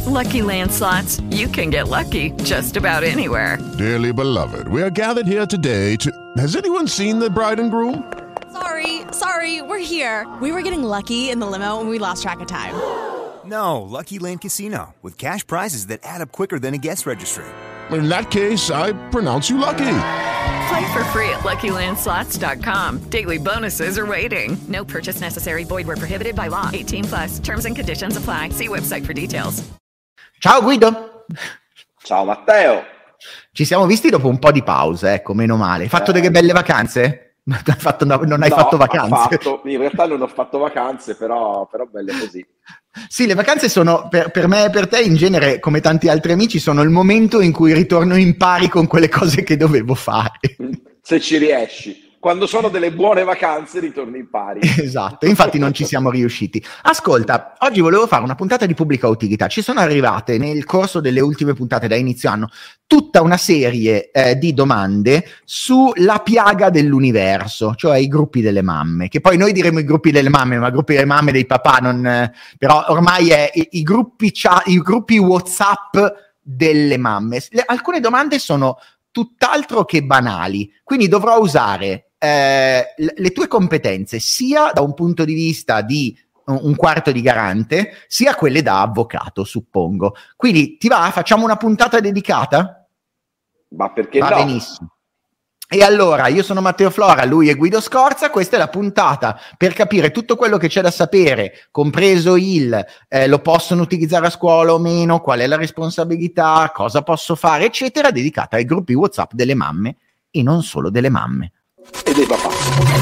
Lucky Land Slots, you can get lucky just about anywhere. Dearly beloved, we are gathered here today to... Has anyone seen the bride and groom? Sorry, we're here. We were getting lucky in the limo and we lost track of time. No, Lucky Land Casino, with cash prizes that add up quicker than a guest registry. In that case, I pronounce you lucky. Play for free at LuckyLandSlots.com. Daily bonuses are waiting. No purchase necessary. Void where prohibited by law. 18+. Terms and conditions apply. See website for details. Ciao Guido. Ciao Matteo. Ci siamo visti dopo un po' di pause, ecco, meno male. Hai fatto delle belle vacanze? Non hai fatto vacanze? In realtà non ho fatto vacanze, però belle così. Sì, le vacanze sono, per me e per te, in genere, come tanti altri amici, sono il momento in cui ritorno in pari con quelle cose che dovevo fare. Se ci riesci. Quando sono delle buone vacanze ritorni in pari. Esatto, infatti non ci siamo riusciti. Ascolta, oggi volevo fare una puntata di pubblica utilità. Ci sono arrivate nel corso delle ultime puntate da inizio anno tutta una serie di domande sulla piaga dell'universo, cioè i gruppi delle mamme, che poi noi diremo i gruppi delle mamme, ma gruppi delle mamme dei papà non... però ormai è i gruppi WhatsApp delle mamme. Alcune domande sono tutt'altro che banali, quindi dovrò usare le tue competenze sia da un punto di vista di un quarto di garante, sia quelle da avvocato, suppongo. Quindi ti va? Facciamo una puntata dedicata? Ma perché va no? Benissimo. E allora, io sono Matteo Flora, lui è Guido Scorza, questa è la puntata per capire tutto quello che c'è da sapere, compreso lo possono utilizzare a scuola o meno, qual è la responsabilità, cosa posso fare, eccetera, dedicata ai gruppi WhatsApp delle mamme e non solo delle mamme. E dei papà.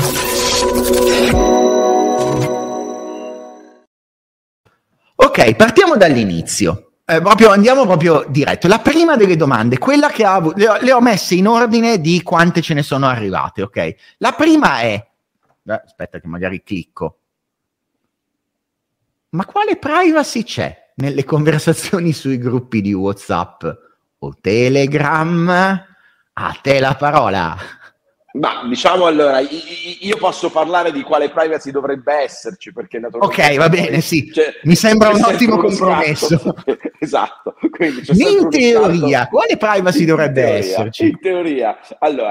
Ok, partiamo dall'inizio. Andiamo proprio diretto. La prima delle domande, quella che le ho messe in ordine di quante ce ne sono arrivate, ok? La prima è... aspetta che magari clicco. Ma quale privacy c'è nelle conversazioni sui gruppi di WhatsApp o Telegram? A te la parola. Ma diciamo allora, io posso parlare di quale privacy dovrebbe esserci, perché naturalmente... Ok, va bene, sì, mi sembra un ottimo compromesso. Esatto. Quindi in teoria, quale privacy dovrebbe esserci? In teoria,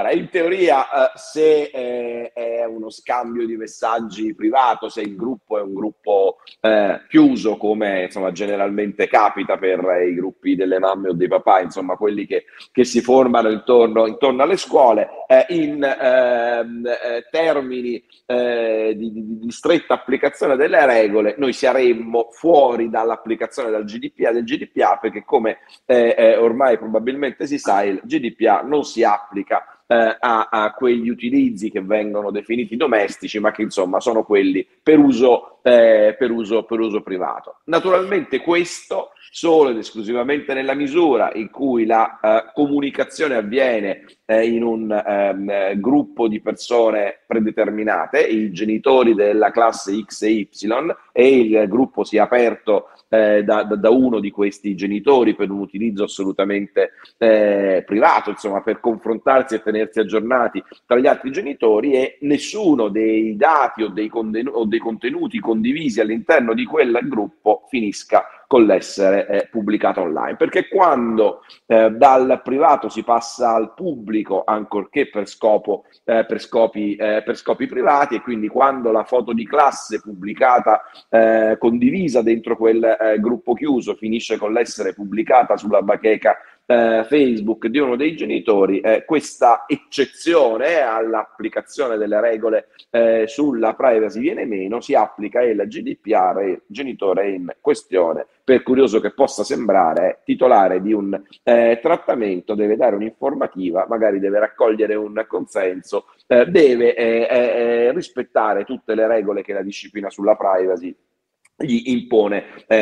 se è uno scambio di messaggi privato, se il gruppo è un gruppo chiuso, come insomma generalmente capita per i gruppi delle mamme o dei papà, insomma quelli che si formano intorno alle scuole, in termini di stretta applicazione delle regole, noi saremmo fuori dall'applicazione del GDPR, perché come ormai probabilmente si sa, il GDPR non si applica a quegli utilizzi che vengono definiti domestici, ma che insomma sono quelli per uso privato. Naturalmente questo solo ed esclusivamente nella misura in cui la comunicazione avviene in un gruppo di persone predeterminate, i genitori della classe X e Y, e il gruppo sia aperto da uno di questi genitori per un utilizzo assolutamente privato, insomma per confrontarsi e tenersi aggiornati tra gli altri genitori, e nessuno dei dati o dei contenuti condivisi all'interno di quel gruppo finisca con l'essere pubblicato online, perché quando dal privato si passa al pubblico, ancorché per scopi privati, e quindi quando la foto di classe pubblicata condivisa dentro quel gruppo chiuso finisce con l'essere pubblicata sulla bacheca Facebook di uno dei genitori, questa eccezione all'applicazione delle regole sulla privacy viene meno, si applica il GDPR e il genitore in questione, per curioso che possa sembrare, titolare di un trattamento, deve dare un'informativa, magari deve raccogliere un consenso, deve rispettare tutte le regole che la disciplina sulla privacy gli impone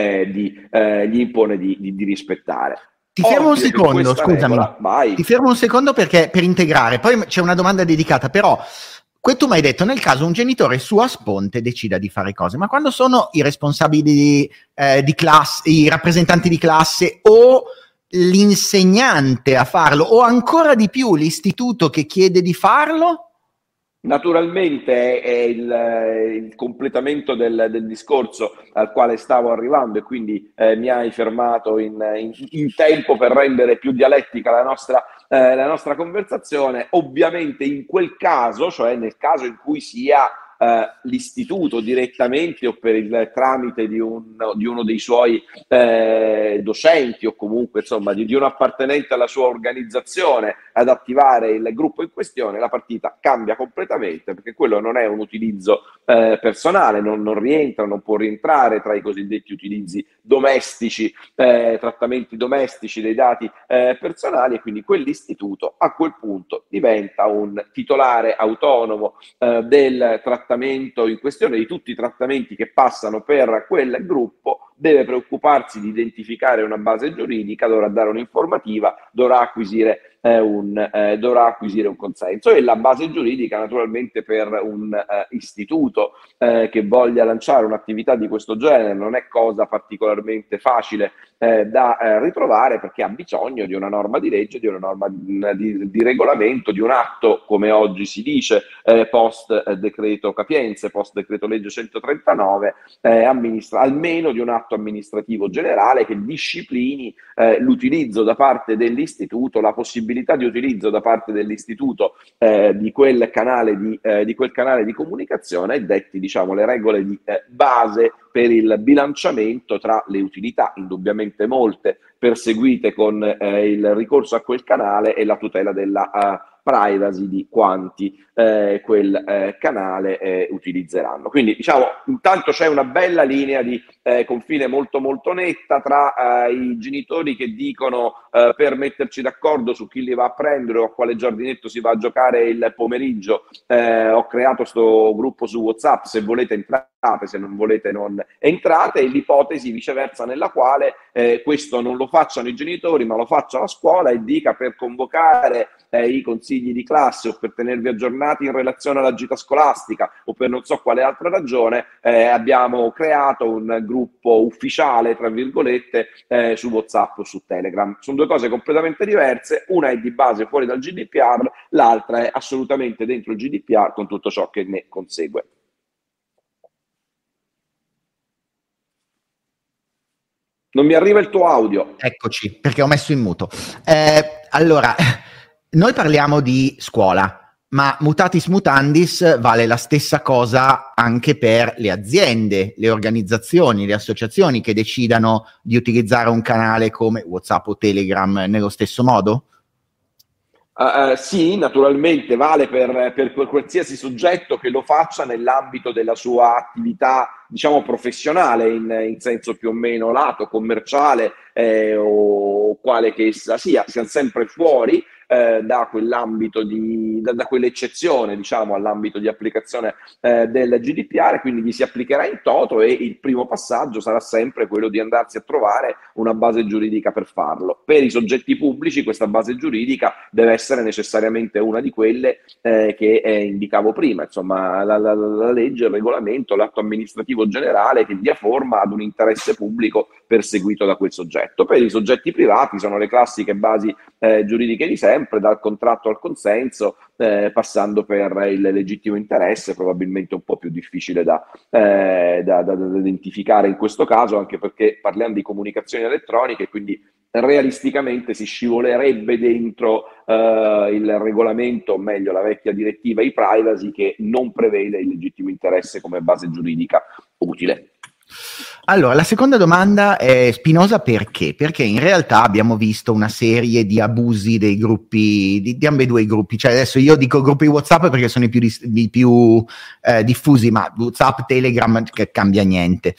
di rispettare. Ti fermo un secondo, scusami. Ti fermo un secondo perché per integrare, poi c'è una domanda dedicata, però tu mi hai detto nel caso un genitore su a sponte decida di fare cose, ma quando sono i responsabili di classe, i rappresentanti di classe o l'insegnante a farlo, o ancora di più l'istituto che chiede di farlo? Naturalmente è il completamento del discorso al quale stavo arrivando, e quindi mi hai fermato in tempo per rendere più dialettica la nostra conversazione. Ovviamente in quel caso, cioè nel caso in cui sia l'istituto direttamente o per il tramite di uno dei suoi docenti, o comunque insomma di un appartenente alla sua organizzazione, ad attivare il gruppo in questione, la partita cambia completamente, perché quello non è un utilizzo personale, non rientra, non può rientrare tra i cosiddetti utilizzi domestici, trattamenti domestici dei dati personali, e quindi quell'istituto a quel punto diventa un titolare autonomo del trattamento in questione, di tutti i trattamenti che passano per quel gruppo, deve preoccuparsi di identificare una base giuridica, dovrà dare un'informativa, dovrà acquisire un consenso, e la base giuridica naturalmente per un istituto che voglia lanciare un'attività di questo genere non è cosa particolarmente facile da ritrovare, perché ha bisogno di una norma di legge, di una norma di regolamento, di un atto, come oggi si dice, post decreto capienze, post decreto legge 139, almeno di un atto amministrativo generale che disciplini l'utilizzo da parte dell'istituto, la possibilità di utilizzo da parte dell'istituto di quel canale di comunicazione, e detti, diciamo, le regole di base per il bilanciamento tra le utilità, indubbiamente molte, perseguite con il ricorso a quel canale, e la tutela della privacy di quanti quel canale utilizzeranno. Quindi, diciamo, intanto c'è una bella linea di confine molto molto netta tra i genitori che dicono per metterci d'accordo su chi li va a prendere o a quale giardinetto si va a giocare il pomeriggio, ho creato sto gruppo su WhatsApp, se volete entrate, se non volete non entrate, e l'ipotesi viceversa nella quale questo non lo facciano i genitori ma lo faccia la scuola, e dica: per convocare i consigli di classe o per tenervi aggiornati in relazione alla gita scolastica o per non so quale altra ragione, abbiamo creato un gruppo ufficiale, tra virgolette, su WhatsApp o su Telegram. Sono due cose completamente diverse, una è di base fuori dal GDPR, l'altra è assolutamente dentro il GDPR con tutto ciò che ne consegue. Non mi arriva il tuo audio. Eccoci, perché ho messo in muto. Allora, noi parliamo di scuola, ma mutatis mutandis vale la stessa cosa anche per le aziende, le organizzazioni, le associazioni che decidano di utilizzare un canale come WhatsApp o Telegram nello stesso modo? Sì, naturalmente vale per qualsiasi soggetto che lo faccia nell'ambito della sua attività, diciamo, professionale, in senso più o meno lato, commerciale o quale che essa sia. Siamo sempre fuori da quell'ambito da quell'eccezione, diciamo, all'ambito di applicazione del GDPR, quindi gli si applicherà in toto, e il primo passaggio sarà sempre quello di andarsi a trovare una base giuridica per farlo. Per i soggetti pubblici questa base giuridica deve essere necessariamente una di quelle che indicavo prima, insomma la legge, il regolamento, l'atto amministrativo generale che dia forma ad un interesse pubblico perseguito da quel soggetto. Per i soggetti privati sono le classiche basi giuridiche di sempre, dal contratto al consenso, passando per il legittimo interesse, probabilmente un po' più difficile da identificare in questo caso, anche perché parliamo di comunicazioni elettroniche, quindi realisticamente si scivolerebbe dentro il regolamento, o meglio la vecchia direttiva e-privacy, che non prevede il legittimo interesse come base giuridica utile. Allora, la seconda domanda è spinosa perché? Perché in realtà abbiamo visto una serie di abusi dei gruppi, di ambedue i gruppi. Cioè, adesso io dico gruppi WhatsApp perché sono i più diffusi, ma WhatsApp, Telegram, che cambia niente.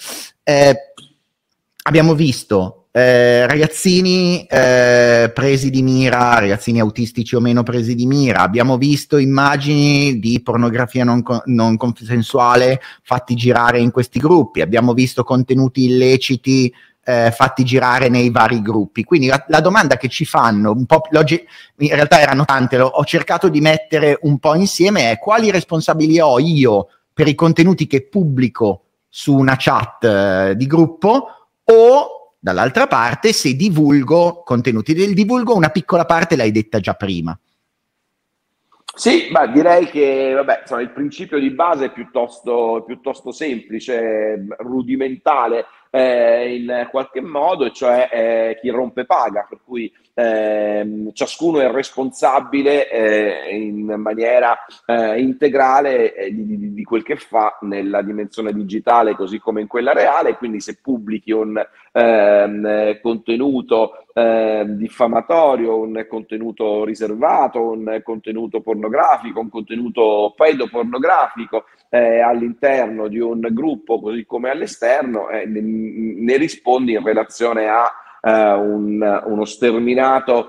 Abbiamo visto ragazzini presi di mira, ragazzini autistici o meno presi di mira, abbiamo visto immagini di pornografia non consensuale fatti girare in questi gruppi, abbiamo visto contenuti illeciti fatti girare nei vari gruppi. Quindi la domanda che ci fanno un po', in realtà erano tante, ho cercato di mettere un po' insieme, è: quali responsabilità ho io per i contenuti che pubblico su una chat di gruppo, o dall'altra parte se divulgo contenuti. Del divulgo una piccola parte l'hai detta già prima. Sì, ma direi che vabbè, insomma, il principio di base è piuttosto semplice, rudimentale in qualche modo, e cioè chi rompe paga, per cui ciascuno è responsabile in maniera integrale di quel che fa nella dimensione digitale così come in quella reale. Quindi se pubblichi un contenuto diffamatorio, un contenuto riservato, un contenuto pornografico, un contenuto pedopornografico all'interno di un gruppo così come all'esterno, ne rispondi in relazione a uno sterminato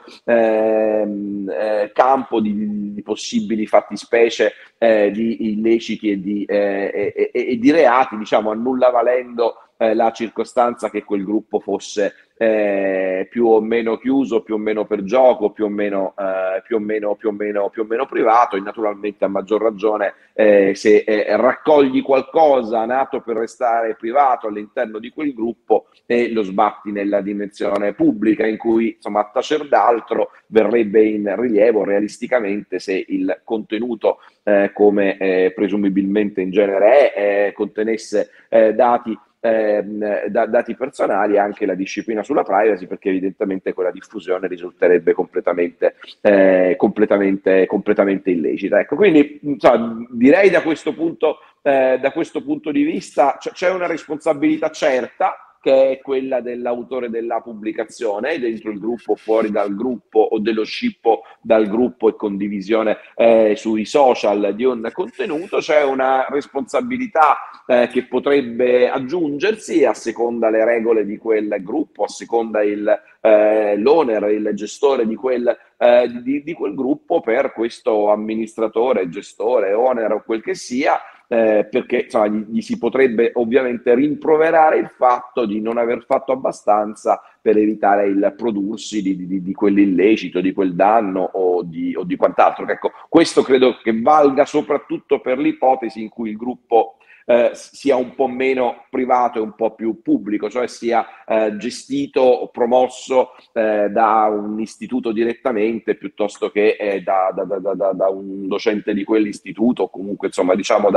campo di possibili fattispecie di illeciti e di reati, diciamo, a nulla valendo la circostanza che quel gruppo fosse più o meno chiuso, più o meno per gioco, più o meno privato. E naturalmente, a maggior ragione, se raccogli qualcosa nato per restare privato all'interno di quel gruppo e lo sbatti nella dimensione pubblica, in cui, insomma, a tacer d'altro verrebbe in rilievo realisticamente se il contenuto, come presumibilmente in genere contenesse dati personali, anche la disciplina sulla privacy, perché evidentemente quella diffusione risulterebbe completamente illecita. Ecco, quindi insomma, direi da questo punto di vista c'è una responsabilità certa, che è quella dell'autore della pubblicazione, dentro il gruppo, fuori dal gruppo, o dello scippo dal gruppo e condivisione sui social di un contenuto. C'è una responsabilità che potrebbe aggiungersi a seconda le regole di quel gruppo, a seconda l'owner, il gestore di quel gruppo, per questo amministratore, gestore, owner o quel che sia, perché insomma, gli si potrebbe ovviamente rimproverare il fatto di non aver fatto abbastanza per evitare il prodursi di quell'illecito, di quel danno o di quant'altro. Ecco, questo credo che valga soprattutto per l'ipotesi in cui il gruppo sia un po' meno privato e un po' più pubblico, cioè sia gestito o promosso da un istituto direttamente, piuttosto che da un docente di quell'istituto, o comunque, insomma, diciamo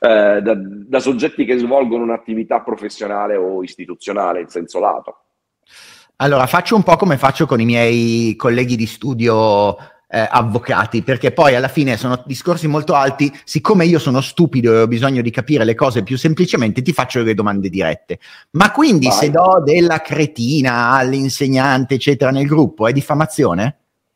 da soggetti che svolgono un'attività professionale o istituzionale in senso lato. Allora, faccio un po' come faccio con i miei colleghi di studio avvocati, perché poi alla fine sono discorsi molto alti. Siccome io sono stupido e ho bisogno di capire le cose più semplicemente, ti faccio le domande dirette. Ma quindi Vai. Se do della cretina all'insegnante, eccetera, nel gruppo, è diffamazione?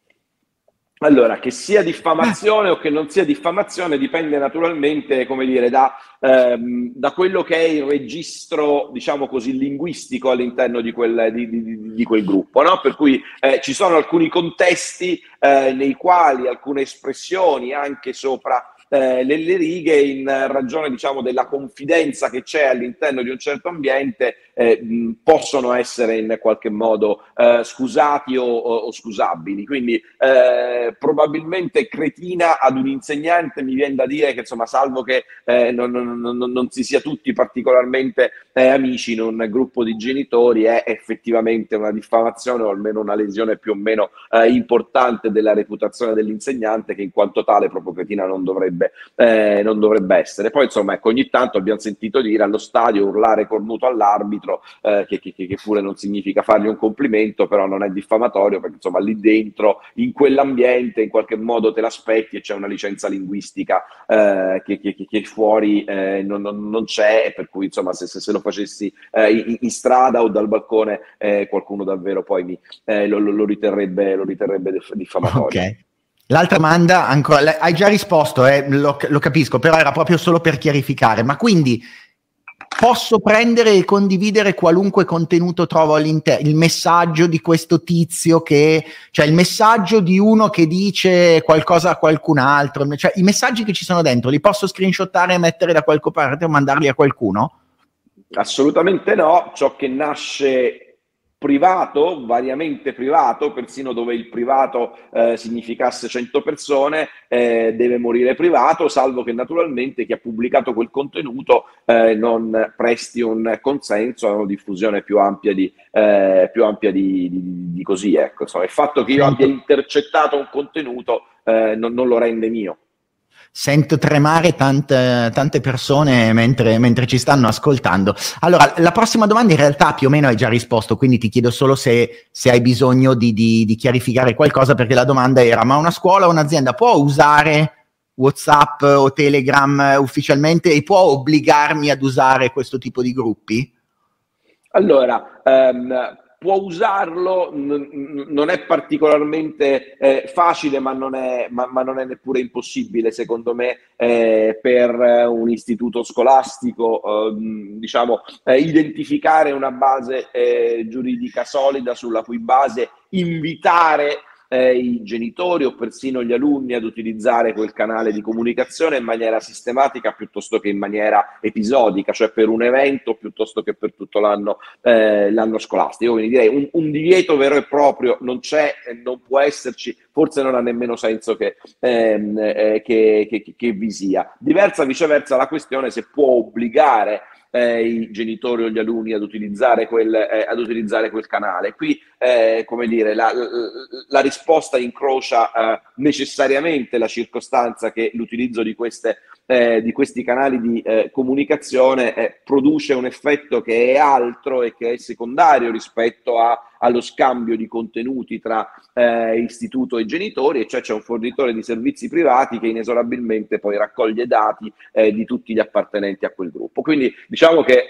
Allora, che sia diffamazione o che non sia diffamazione dipende naturalmente, come dire, da quello che è il registro, diciamo così, linguistico all'interno di quel gruppo, no? Per cui ci sono alcuni contesti nei quali alcune espressioni, anche sopra le righe, in ragione, diciamo, della confidenza che c'è all'interno di un certo ambiente, possono essere in qualche modo scusati o scusabili. Quindi probabilmente cretina ad un insegnante, mi viene da dire che, insomma, salvo che non si sia tutti particolarmente amici in un gruppo di genitori, è effettivamente una diffamazione, o almeno una lesione più o meno importante della reputazione dell'insegnante, che in quanto tale proprio cretina non dovrebbe essere. Poi, insomma, ecco, ogni tanto abbiamo sentito dire allo stadio urlare cornuto all'arbitro, che pure non significa fargli un complimento, però non è diffamatorio, perché, insomma, lì dentro, in quell'ambiente, in qualche modo te l'aspetti e c'è una licenza linguistica che fuori non c'è, per cui, insomma, se lo facessi in strada o dal balcone, qualcuno davvero poi lo riterrebbe diffamatorio. Ok. L'altra domanda, ancora, hai già risposto, lo capisco, però era proprio solo per chiarificare. Ma quindi posso prendere e condividere qualunque contenuto trovo all'interno, il messaggio di questo tizio cioè il messaggio di uno che dice qualcosa a qualcun altro, cioè i messaggi che ci sono dentro li posso screenshottare e mettere da qualche parte o mandarli a qualcuno? Assolutamente no. Ciò che nasce privato, variamente privato, persino dove il privato significasse 100 persone, deve morire privato, salvo che naturalmente chi ha pubblicato quel contenuto non presti un consenso a una diffusione più ampia di così, ecco. Insomma, il fatto che io abbia intercettato un contenuto non lo rende mio. Sento tremare tante persone mentre ci stanno ascoltando. Allora, la prossima domanda in realtà più o meno hai già risposto, quindi ti chiedo solo se hai bisogno di chiarificare qualcosa, perché la domanda era: ma una scuola o un'azienda può usare WhatsApp o Telegram ufficialmente e può obbligarmi ad usare questo tipo di gruppi? Allora, può usarlo, non è particolarmente facile, ma non è neppure impossibile, secondo me, per un istituto scolastico, diciamo, identificare una base giuridica solida sulla cui base invitare i genitori o persino gli alunni ad utilizzare quel canale di comunicazione in maniera sistematica piuttosto che in maniera episodica, cioè per un evento piuttosto che per tutto l'anno scolastico. Quindi direi un divieto vero e proprio non c'è, non può esserci, forse non ha nemmeno senso che vi sia. Diversa viceversa la questione se può obbligare i genitori o gli alunni ad utilizzare quel canale. Qui, come dire, la risposta incrocia necessariamente la circostanza che l'utilizzo di questi canali di comunicazione produce un effetto che è altro e che è secondario rispetto allo scambio di contenuti tra istituto e genitori, e cioè c'è un fornitore di servizi privati che inesorabilmente poi raccoglie dati di tutti gli appartenenti a quel gruppo. Quindi diciamo che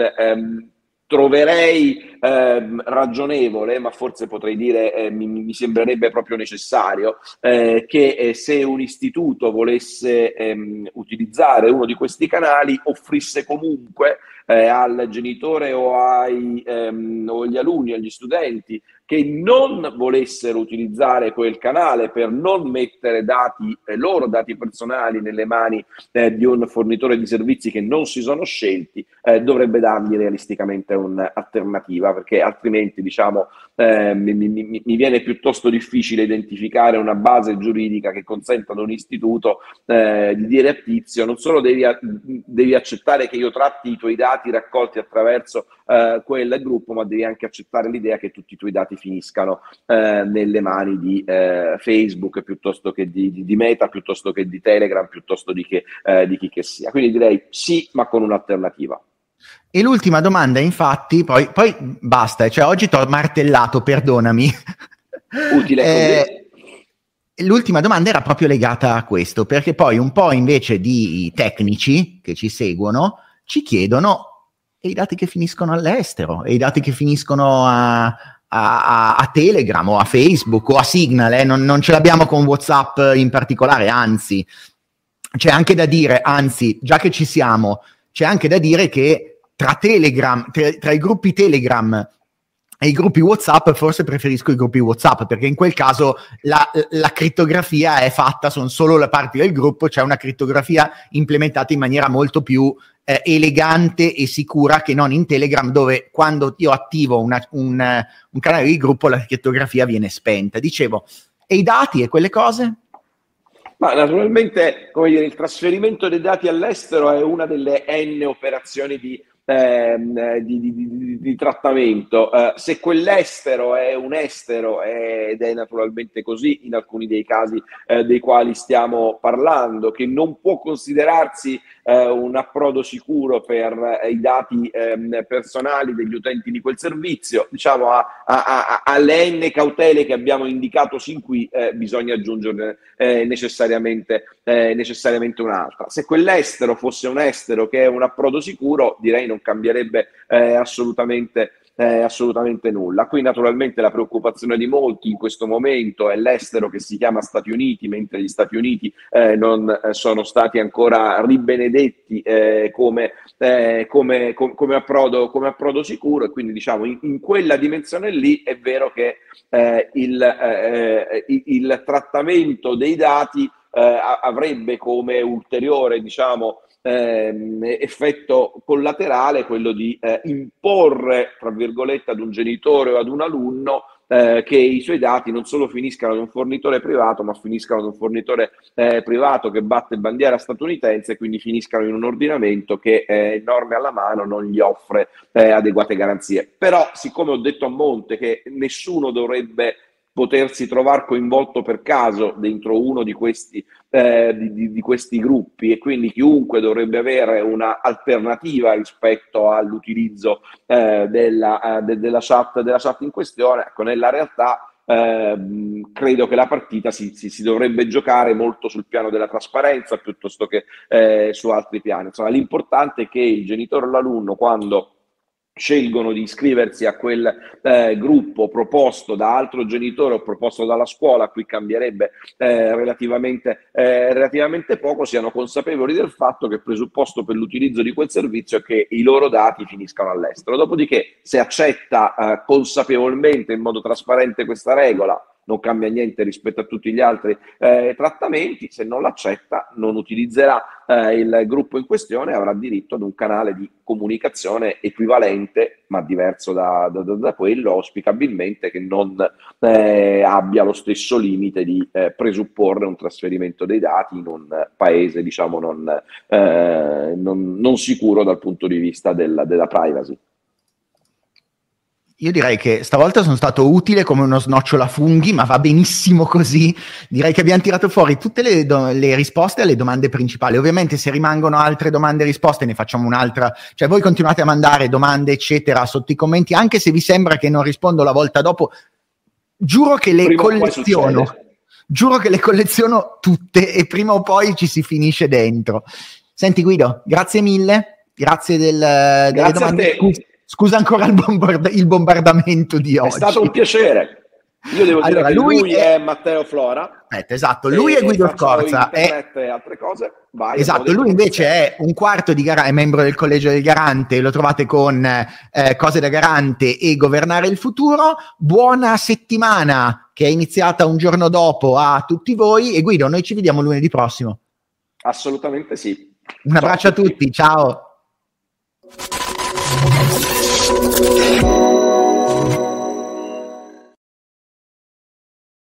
troverei ragionevole, ma forse potrei dire mi sembrerebbe proprio necessario che se un istituto volesse utilizzare uno di questi canali, offrisse comunque al genitore o agli alunni, agli studenti che non volessero utilizzare quel canale per non mettere loro dati personali nelle mani di un fornitore di servizi che non si sono scelti, dovrebbe dargli realisticamente un'alternativa, perché altrimenti diciamo mi viene piuttosto difficile identificare una base giuridica che consenta ad un istituto di dire a Tizio: non solo devi accettare che io tratti i tuoi dati raccolti attraverso quel gruppo, ma devi anche accettare l'idea che tutti i tuoi dati finiscano nelle mani di Facebook piuttosto che di Meta, piuttosto che di Telegram, piuttosto di chi che sia. Quindi direi sì, ma con un'alternativa. E l'ultima domanda, infatti, poi basta, cioè oggi ti ho martellato, perdonami. Utile così. L'ultima domanda era proprio legata a questo, perché poi un po' invece di tecnici che ci seguono ci chiedono: e i dati che finiscono all'estero, e i dati che finiscono a Telegram o a Facebook o a Signal, non ce l'abbiamo con WhatsApp in particolare, anzi, c'è anche da dire, già che ci siamo, c'è anche da dire che tra i gruppi Telegram e i gruppi WhatsApp forse preferisco i gruppi WhatsApp, perché in quel caso la crittografia è fatta, sono solo le parti del gruppo, c'è una crittografia implementata in maniera molto più elegante e sicura che non in Telegram, dove quando io attivo un canale di gruppo la crittografia viene spenta. Dicevo, e i dati e quelle cose? Ma naturalmente, come dire, il trasferimento dei dati all'estero è una delle N operazioni di trattamento. Se quell'estero è un estero, ed è naturalmente così in alcuni dei casi dei quali stiamo parlando, che non può considerarsi un approdo sicuro per i dati personali degli utenti di quel servizio, diciamo alle N cautele che abbiamo indicato sin qui bisogna aggiungerne necessariamente un'altra. Se quell'estero fosse un estero che è un approdo sicuro, direi non cambierebbe assolutamente nulla. Qui naturalmente la preoccupazione di molti in questo momento è l'estero che si chiama Stati Uniti, mentre gli Stati Uniti non sono stati ancora ribenedetti come approdo sicuro, e quindi diciamo in quella dimensione lì è vero che il trattamento dei dati avrebbe come ulteriore, diciamo, effetto collaterale quello di imporre, tra virgolette, ad un genitore o ad un alunno che i suoi dati non solo finiscano ad un fornitore privato, ma finiscano ad un fornitore privato che batte bandiera statunitense, e quindi finiscano in un ordinamento che norme alla mano non gli offre adeguate garanzie. Però, siccome ho detto a monte che nessuno dovrebbe potersi trovare coinvolto per caso dentro uno di questi, di questi gruppi, e quindi chiunque dovrebbe avere una alternativa rispetto all'utilizzo della chat in questione. Ecco, nella realtà credo che la partita si dovrebbe giocare molto sul piano della trasparenza piuttosto che su altri piani. Insomma, l'importante è che il genitore o l'alunno, quando scelgono di iscriversi a quel gruppo proposto da altro genitore o proposto dalla scuola, a cui cambierebbe relativamente poco, siano consapevoli del fatto che il presupposto per l'utilizzo di quel servizio è che i loro dati finiscano all'estero. Dopodiché, se accetta consapevolmente in modo trasparente questa regola, non cambia niente rispetto a tutti gli altri trattamenti. Se non l'accetta, non utilizzerà il gruppo in questione e avrà diritto ad un canale di comunicazione equivalente, ma diverso da quello, auspicabilmente, che non abbia lo stesso limite di presupporre un trasferimento dei dati in un paese, diciamo, non sicuro dal punto di vista della privacy. Io direi che stavolta sono stato utile come uno snocciolo a funghi, ma va benissimo così. Direi che abbiamo tirato fuori tutte le risposte alle domande principali. Ovviamente, se rimangono altre domande e risposte, ne facciamo un'altra. Cioè, voi continuate a mandare domande, eccetera, sotto i commenti, anche se vi sembra che non rispondo la volta dopo. Giuro che le colleziono. Giuro che le colleziono tutte e prima o poi ci si finisce dentro. Senti Guido, grazie mille. Grazie delle domande. Scusa ancora il bombardamento di oggi. È stato un piacere. Io devo dire che lui è Matteo Flora. Aspetta, esatto, lui è Guido Scorza. E altre cose. Vai, esatto, lui invece è un quarto di Garante, è membro del Collegio del Garante, lo trovate con Cose da Garante e Governare il Futuro. Buona settimana, che è iniziata un giorno dopo, a tutti voi. E Guido, noi ci vediamo lunedì prossimo. Assolutamente sì. Un abbraccio a tutti, ciao.